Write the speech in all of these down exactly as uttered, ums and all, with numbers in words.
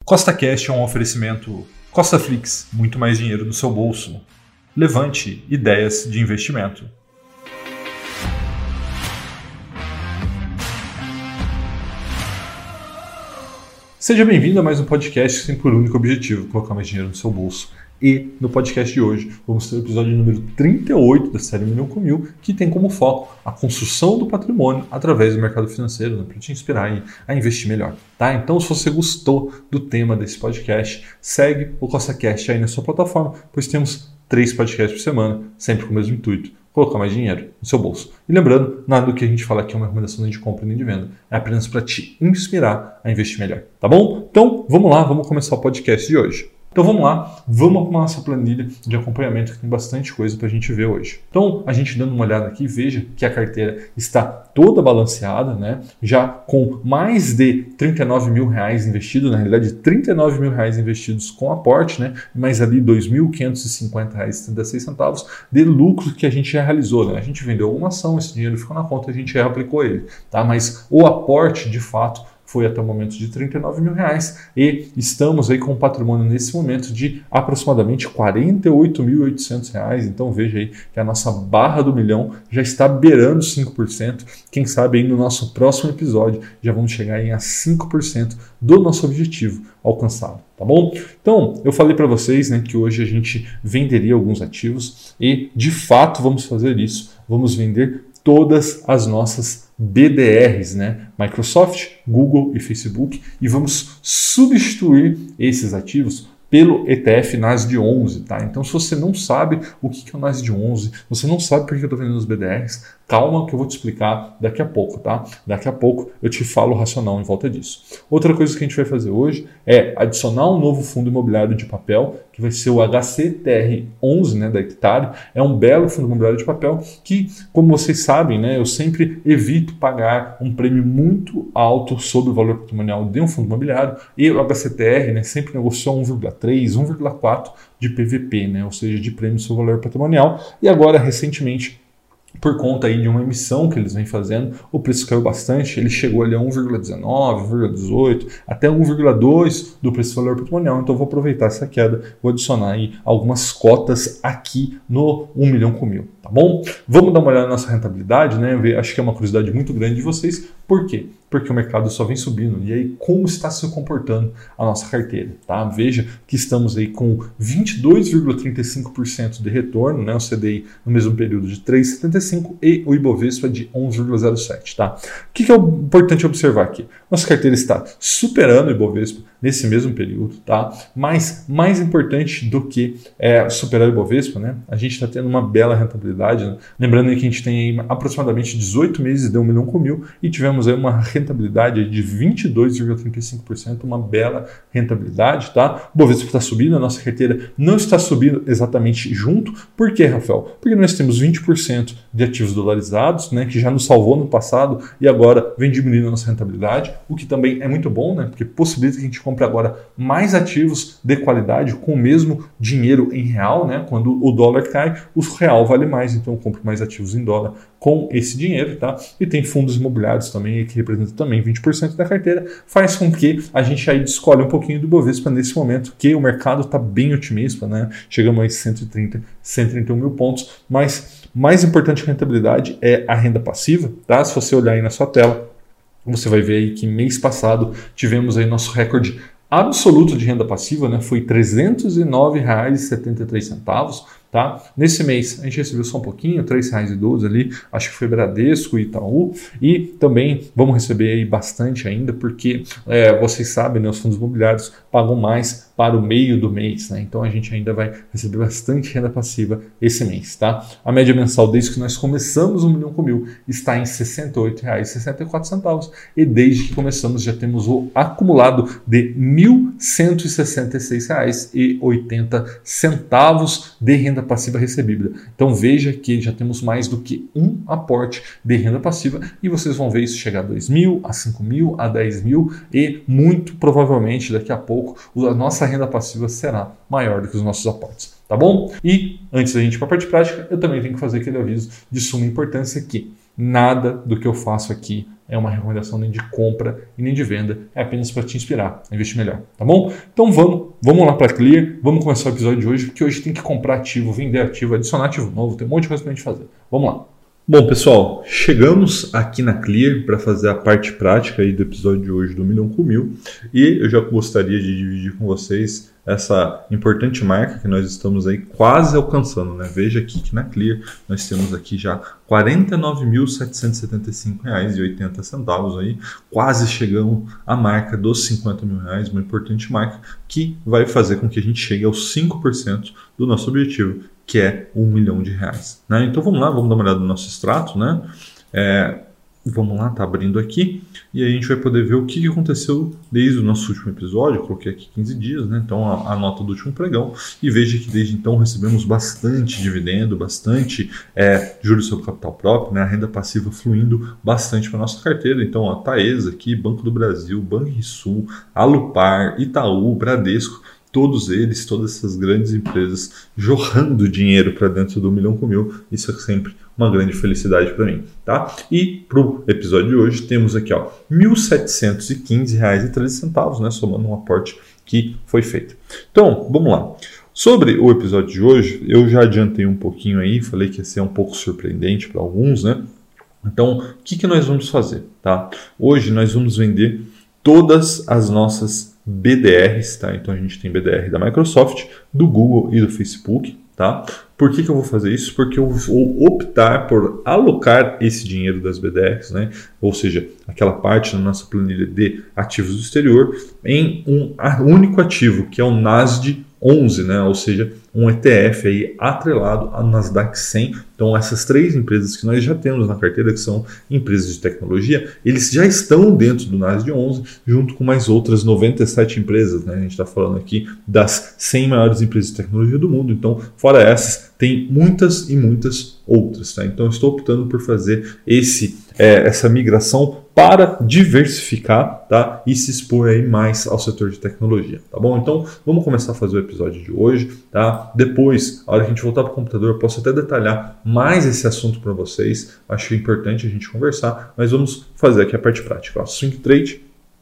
CostaCast é um oferecimento CostaFlix, muito mais dinheiro no seu bolso. Levante ideias de investimento. Seja bem-vindo a mais um podcast que tem por único objetivo colocar mais dinheiro no seu bolso. E no podcast de hoje vamos ter o episódio número trinta e oito da série Milhão com Mil, que tem como foco a construção do patrimônio através do mercado financeiro, né, para te inspirar a investir melhor. Tá? Então, se você gostou do tema desse podcast, segue o CostaCast aí na sua plataforma, pois temos três podcasts por semana, sempre com o mesmo intuito: colocar mais dinheiro no seu bolso. E lembrando, nada do que a gente fala aqui é uma recomendação nem de compra nem de venda, é apenas para te inspirar a investir melhor. Tá bom? Então, vamos lá, vamos começar o podcast de hoje. Então vamos lá, vamos para a nossa planilha de acompanhamento, que tem bastante coisa para a gente ver hoje. Então, a gente dando uma olhada aqui, veja que a carteira está toda balanceada, né? Já com mais de trinta e nove mil reais investidos, na realidade trinta e nove mil reais investidos com aporte, né? Mais ali dois mil quinhentos e cinquenta reais e trinta e seis centavos de lucro que a gente já realizou, né? A gente vendeu alguma ação, esse dinheiro ficou na conta, a gente já aplicou ele, tá? Mas o aporte, de fato, foi até o momento de trinta e nove mil reais e estamos aí com um patrimônio nesse momento de aproximadamente quarenta e oito mil e oitocentos reais. Então veja aí que a nossa barra do milhão já está beirando cinco por cento. Quem sabe aí no nosso próximo episódio já vamos chegar aí a cinco por cento do nosso objetivo alcançado, tá bom? Então eu falei para vocês, né, que hoje a gente venderia alguns ativos e de fato vamos fazer isso. Vamos vender todas as nossas B D Rs, né? Microsoft, Google e Facebook, e vamos substituir esses ativos pelo E T F Nasdaq onze, tá? Então, se você não sabe o que é o Nasdaq onze, você não sabe por que eu estou vendendo os B D Rs, calma que eu vou te explicar daqui a pouco, tá? Daqui a pouco eu te falo o racional em volta disso. Outra coisa que a gente vai fazer hoje é adicionar um novo fundo imobiliário de papel, que vai ser o H C T R onze, né, da Hectare. É um belo fundo imobiliário de papel que, como vocês sabem, né, eu sempre evito pagar um prêmio muito alto sobre o valor patrimonial de um fundo imobiliário, e o H C T R, né, sempre negociou um vírgula três, um vírgula quatro de P V P, né, ou seja, de prêmio sobre o valor patrimonial, e agora, recentemente, por conta aí de uma emissão que eles vêm fazendo, o preço caiu bastante, ele chegou ali a um vírgula dezenove, um vírgula dezoito, até um vírgula dois do preço do valor patrimonial. Então eu vou aproveitar essa queda, vou adicionar aí algumas cotas aqui no um milhão com mil, tá bom? Vamos dar uma olhada na nossa rentabilidade, né? Eu acho que é uma curiosidade muito grande de vocês. Por quê? Porque o mercado só vem subindo. E aí, como está se comportando a nossa carteira? Tá? Veja que estamos aí com vinte e dois vírgula trinta e cinco por cento de retorno, né? O C D I no mesmo período de três vírgula setenta e cinco por cento e o Ibovespa de onze vírgula zero sete por cento. Tá? O que é importante observar aqui? Nossa carteira está superando o Ibovespa nesse mesmo período, tá? Mas mais importante do que é, superar o Ibovespa, né? A gente está tendo uma bela rentabilidade, né? Lembrando aí que a gente tem aí aproximadamente dezoito meses de um milhão com mil e tivemos aí uma rentabilidade de vinte e dois vírgula trinta e cinco por cento, uma bela rentabilidade, tá? O Ibovespa está subindo, a nossa carteira não está subindo exatamente junto. Por quê, Rafael? Porque nós temos vinte por cento de ativos dolarizados, né, que já nos salvou no passado e agora vem diminuindo a nossa rentabilidade, o que também é muito bom, né, porque possibilita que a gente compre agora mais ativos de qualidade com o mesmo dinheiro em real, né? Quando o dólar cai, o real vale mais, então eu compro mais ativos em dólar com esse dinheiro, tá? E tem fundos imobiliários também, que representa também vinte por cento da carteira, faz com que a gente aí descolhe um pouquinho do Bovespa nesse momento, que o mercado está bem otimista, né? Chegamos a cento e trinta, cento e trinta e um mil pontos, mas mais importante que a rentabilidade é a renda passiva, tá? Se você olhar aí na sua tela, você vai ver aí que mês passado tivemos aí nosso recorde absoluto de renda passiva, né? Foi trezentos e nove reais e setenta e três centavos. Tá? Nesse mês a gente recebeu só um pouquinho, três reais e doze ali, acho que foi Bradesco e Itaú, e também vamos receber aí bastante ainda, porque é, vocês sabem, né, os fundos imobiliários pagam mais para o meio do mês, né? Então a gente ainda vai receber bastante renda passiva esse mês, tá? A média mensal desde que nós começamos o milhão com mil está em sessenta e oito reais e sessenta e quatro centavos, e desde que começamos já temos o acumulado de mil cento e sessenta e seis reais e oitenta centavos de renda passiva recebível. Então veja que já temos mais do que um aporte de renda passiva e vocês vão ver isso chegar a dois mil, a cinco mil, a dez mil e muito provavelmente daqui a pouco a nossa renda passiva será maior do que os nossos aportes. Tá bom? E antes da gente ir para a parte prática, eu também tenho que fazer aquele aviso de suma importância que nada do que eu faço aqui é uma recomendação nem de compra e nem de venda, é apenas para te inspirar a investir melhor, tá bom? Então vamos, vamos lá para a Clear, vamos começar o episódio de hoje, porque hoje tem que comprar ativo, vender ativo, adicionar ativo novo, tem um monte de coisa para a gente fazer. Vamos lá. Bom, pessoal, chegamos aqui na Clear para fazer a parte prática aí do episódio de hoje do Milhão com Mil e eu já gostaria de dividir com vocês essa importante marca que nós estamos aí quase alcançando, né? Veja aqui que na Clear nós temos aqui já quarenta e nove mil setecentos e setenta e cinco reais e oitenta centavos aí, quase chegamos à marca dos cinquenta mil reais, uma importante marca que vai fazer com que a gente chegue aos cinco por cento do nosso objetivo, que é um milhão de reais, né? Então vamos lá, vamos dar uma olhada no nosso extrato, né? É, vamos lá, tá abrindo aqui e aí a gente vai poder ver o que aconteceu desde o nosso último episódio. Eu coloquei aqui quinze dias, né? Então a, a nota do último pregão, e veja que desde então recebemos bastante dividendo, bastante é, juros sobre capital próprio, né? A renda passiva fluindo bastante para nossa carteira. Então a Taesa aqui, Banco do Brasil, Banrisul, Alupar, Itaú, Bradesco, todos eles, todas essas grandes empresas jorrando dinheiro para dentro do Milhão com Mil, isso é sempre uma grande felicidade para mim, tá? E para o episódio de hoje temos aqui, ó, mil setecentos e quinze reais e treze centavos, né, somando um aporte que foi feito. Então, vamos lá. Sobre o episódio de hoje, eu já adiantei um pouquinho aí, falei que ia ser um pouco surpreendente para alguns, né? Então, o que, que nós vamos fazer, tá? Hoje nós vamos vender todas as nossas B D Rs, tá? Então a gente tem B D R da Microsoft, do Google e do Facebook, tá? Por que que eu vou fazer isso? Porque eu vou optar por alocar esse dinheiro das B D Rs, né? Ou seja, aquela parte da nossa planilha de ativos do exterior, em um único ativo, que é o Nasdaq onze, né? Ou seja, um E T F aí atrelado ao Nasdaq cem. Então essas três empresas que nós já temos na carteira, que são empresas de tecnologia, eles já estão dentro do Nasdaq onze, junto com mais outras noventa e sete empresas, né? A gente está falando aqui das cem maiores empresas de tecnologia do mundo. Então, fora essas, tem muitas e muitas outras, tá? Então eu estou optando por fazer esse, é, essa migração para diversificar, tá? E se expor aí mais ao setor de tecnologia, tá bom? Então vamos começar a fazer o episódio de hoje, tá? Depois, a hora que a gente voltar para o computador, eu posso até detalhar mais esse assunto para vocês. Acho que é importante a gente conversar, mas vamos fazer aqui a parte prática. Ó, swing trade.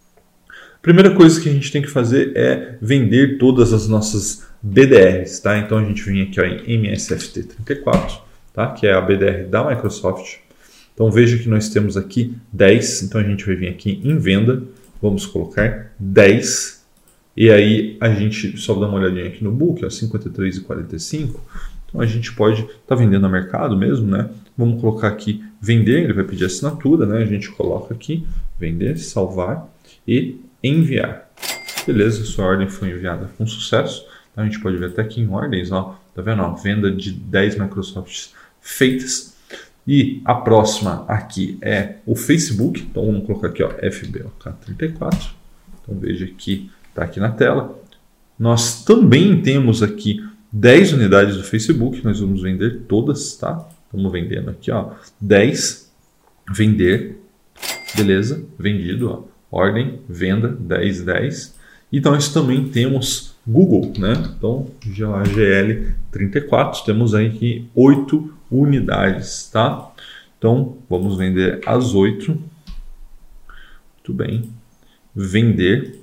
Primeira coisa que a gente tem que fazer é vender todas as nossas B D Rs, tá? Então a gente vem aqui ó, em M S F T trinta e quatro, tá? Que é a B D R da Microsoft. Então veja que nós temos aqui dez, então a gente vai vir aqui em venda, vamos colocar dez, e aí a gente só dá uma olhadinha aqui no book, ó, cinquenta e três e quarenta e cinco, então a gente pode estar tá vendendo a mercado mesmo, né? Vamos colocar aqui vender, ele vai pedir assinatura, né? A gente coloca aqui vender, salvar e enviar. Beleza, sua ordem foi enviada com sucesso, então a gente pode ver até aqui em ordens, ó, tá vendo? Ó, venda de dez Microsofts feitas. E a próxima aqui é o Facebook, então vamos colocar aqui ó, F B O K trinta e quatro, então veja que está aqui na tela. Nós também temos aqui dez unidades do Facebook, nós vamos vender todas, tá? Estamos vendendo aqui ó, dez, vender, beleza, vendido, ó, ordem, venda, dez, dez. Então nós também temos Google, né? Então G L trinta e quatro, temos aí aqui oito unidades, tá? Então vamos vender as oito. Muito bem. Vender.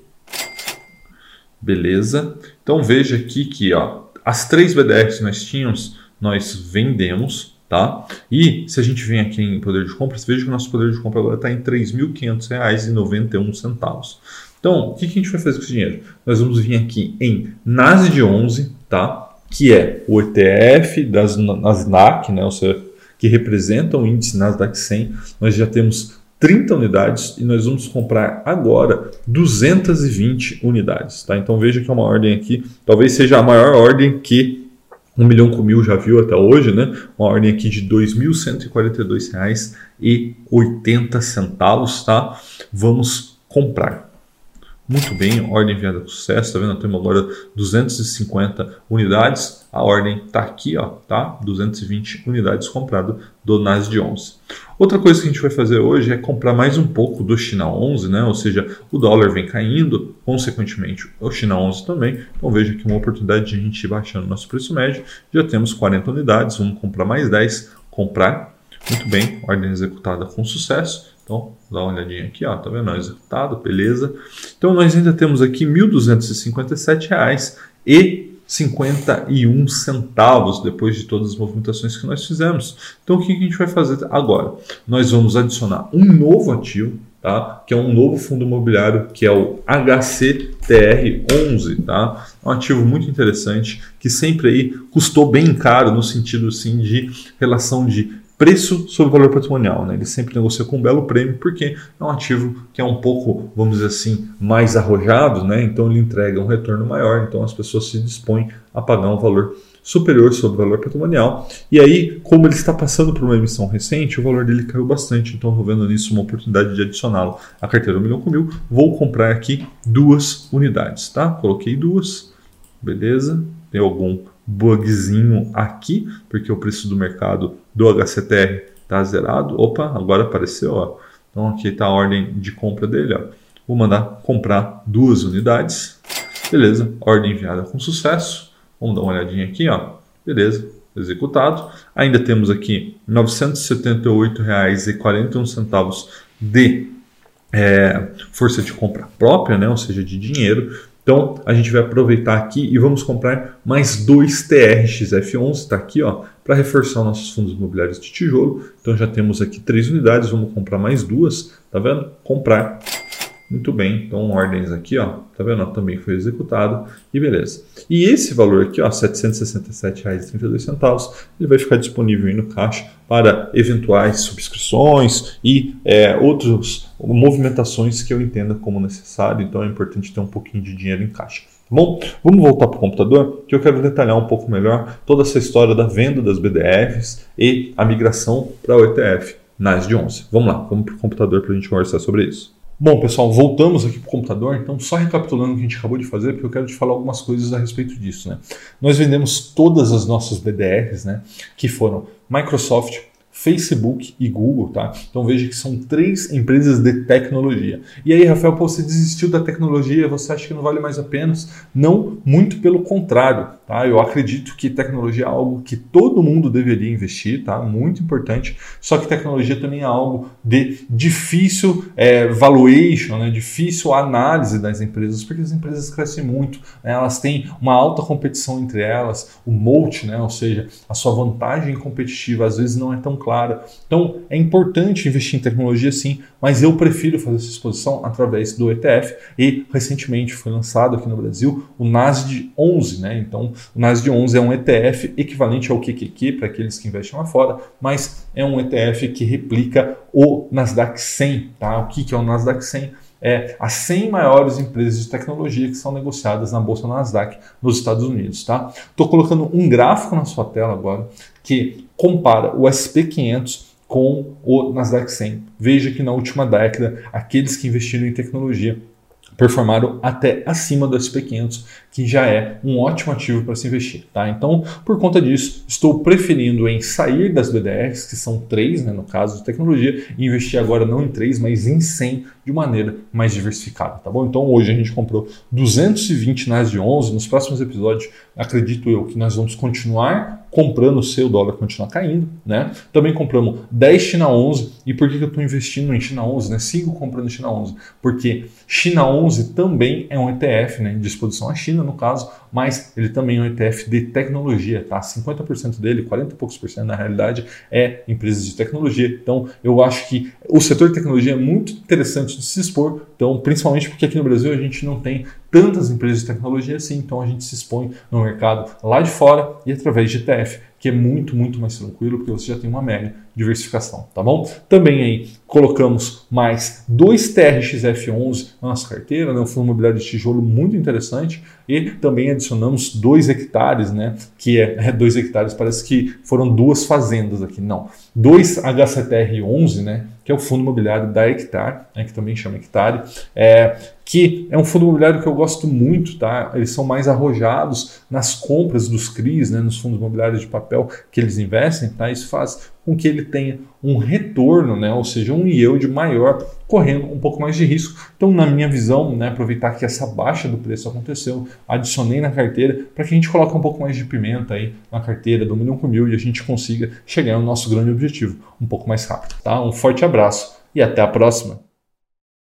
Beleza. Então veja aqui que ó, as três B D Rs que nós tínhamos, nós vendemos, tá? E se a gente vem aqui em poder de compra, veja que o nosso poder de compra agora está em três mil e quinhentos reais e noventa e um centavos. Então, o que a gente vai fazer com esse dinheiro? Nós vamos vir aqui em Nasdaq onze, tá? Que é o E T F das Nasdaq, né? Ou seja, que representa o índice Nasdaq cem. Nós já temos trinta unidades e nós vamos comprar agora duzentas e vinte unidades, tá? Então veja que é uma ordem aqui, talvez seja a maior ordem que um milhão com mil já viu até hoje, né? Uma ordem aqui de dois mil cento e quarenta e dois reais e oitenta centavos, tá? Vamos comprar. Muito bem, ordem enviada com sucesso, tá vendo? Nós temos agora duzentas e cinquenta unidades, a ordem tá aqui, ó, tá? duzentas e vinte unidades compradas do Nasdaq onze. Outra coisa que a gente vai fazer hoje é comprar mais um pouco do China onze, né? Ou seja, o dólar vem caindo, consequentemente o China onze também. Então veja que uma oportunidade de a gente ir baixando nosso preço médio. Já temos quarenta unidades, vamos comprar mais dez, comprar. Muito bem, ordem executada com sucesso. Então, dá uma olhadinha aqui, ó, tá vendo? Executado, beleza. Então, nós ainda temos aqui mil duzentos e cinquenta e sete reais e cinquenta e um centavos depois de todas as movimentações que nós fizemos. Então, o que a gente vai fazer agora? Nós vamos adicionar um novo ativo, tá? Que é um novo fundo imobiliário, que é o H C T R onze, tá? Um ativo muito interessante, que sempre aí custou bem caro no sentido assim, de relação de preço sobre valor patrimonial, né? Ele sempre negocia com um belo prêmio, porque é um ativo que é um pouco, vamos dizer assim, mais arrojado, né? Então ele entrega um retorno maior, então as pessoas se dispõem a pagar um valor superior sobre o valor patrimonial. E aí, como ele está passando por uma emissão recente, o valor dele caiu bastante, então estou vendo nisso uma oportunidade de adicioná-lo à carteira um milhão com mil. Vou comprar aqui duas unidades, tá? Coloquei duas, beleza. Tem algum bugzinho aqui, porque o preço do mercado do H C T R está zerado. Opa, agora apareceu, ó. Então aqui está a ordem de compra dele, ó. Vou mandar comprar duas unidades. Beleza, ordem enviada com sucesso. Vamos dar uma olhadinha aqui, ó. Beleza, executado. Ainda temos aqui novecentos e setenta e oito reais e quarenta e um centavos de é, força de compra própria, né? Ou seja, de dinheiro. Então, a gente vai aproveitar aqui e vamos comprar mais dois T R X F onze, está aqui, ó, para reforçar nossos fundos imobiliários de tijolo. Então, já temos aqui três unidades, vamos comprar mais duas, tá vendo? Comprar. Muito bem, então ordens aqui, ó, tá vendo? Também foi executado e beleza. E esse valor aqui, ó, setecentos e sessenta e sete reais e trinta e dois centavos, ele vai ficar disponível aí no caixa para eventuais subscrições e é, outras movimentações que eu entenda como necessário. Então é importante ter um pouquinho de dinheiro em caixa. Bom, vamos voltar para o computador, que eu quero detalhar um pouco melhor toda essa história da venda das B D Fs e a migração para o E T F N A S D onze. Vamos lá, vamos para o computador para a gente conversar sobre isso. Bom, pessoal, voltamos aqui para o computador, então só recapitulando o que a gente acabou de fazer, porque eu quero te falar algumas coisas a respeito disso, né? Nós vendemos todas as nossas B D Rs, né, que foram Microsoft, Facebook e Google, tá? Então veja que são três empresas de tecnologia. E aí, Rafael, pô, você desistiu da tecnologia, você acha que não vale mais a pena? Não, muito pelo contrário, tá? Eu acredito que tecnologia é algo que todo mundo deveria investir, tá? Muito importante. Só que tecnologia também é algo de difícil é, valuation, né? Difícil análise das empresas, porque as empresas crescem muito, né? Elas têm uma alta competição entre elas, o moat, né? Ou seja, a sua vantagem competitiva às vezes não é tão clara. Então, é importante investir em tecnologia sim, mas eu prefiro fazer essa exposição através do E T F e recentemente foi lançado aqui no Brasil o N A S D onze, né? Então, o N A S D onze é um E T F equivalente ao Q Q Q para aqueles que investem lá fora, mas é um E T F que replica o Nasdaq cem, tá? O que que é o Nasdaq cem? É as cem maiores empresas de tecnologia que são negociadas na Bolsa Nasdaq nos Estados Unidos, tá? Estou colocando um gráfico na sua tela agora que compara o S P quinhentos com o Nasdaq cem. Veja que na última década, aqueles que investiram em tecnologia performaram até acima do S P quinhentos, que já é um ótimo ativo para se investir, tá? Então, por conta disso, estou preferindo em sair das B D Rs, que são três, né, no caso de tecnologia, e investir agora não em três, mas em cem, de maneira mais diversificada, tá bom? Então, hoje a gente comprou duzentos e vinte N A S D onze, nos próximos episódios, acredito eu que nós vamos continuar comprando se o dólar continuar caindo, né? Também compramos dez China onze. E por que eu estou investindo em China onze, né? Sigo comprando China onze, porque China onze também é um E T F, né, de exposição à China, no caso, mas ele também é um E T F de tecnologia, tá? cinquenta por cento dele, quarenta e poucos por cento na realidade, é empresas de tecnologia. Então, eu acho que o setor de tecnologia é muito interessante de se expor, então, principalmente porque aqui no Brasil a gente não tem tantas empresas de tecnologia assim, então a gente se expõe no mercado lá de fora e através de E T F, que é muito, muito mais tranquilo, porque você já tem uma mega diversificação, tá bom? Também aí colocamos mais dois T R X F onze na nossa carteira, né? Um fundo imobiliário de tijolo muito interessante, e também adicionamos dois hectares, né? Que é, é dois hectares, parece que foram duas fazendas aqui, não. dois H C T R onze, né? Que é o fundo imobiliário da Hectare, né, que também chama Hectare, é, que é um fundo imobiliário que eu gosto muito, tá? Eles são mais arrojados nas compras dos C R Is, né, nos fundos imobiliários de papel que eles investem, tá? Isso faz com que ele tenha um retorno, né, ou seja, um yield maior, correndo um pouco mais de risco. Então, na minha visão, né, aproveitar que essa baixa do preço aconteceu, adicionei na carteira para que a gente coloque um pouco mais de pimenta aí na carteira do milhão com mil e a gente consiga chegar ao nosso grande objetivo um pouco mais rápido, tá? Um forte abraço e até a próxima!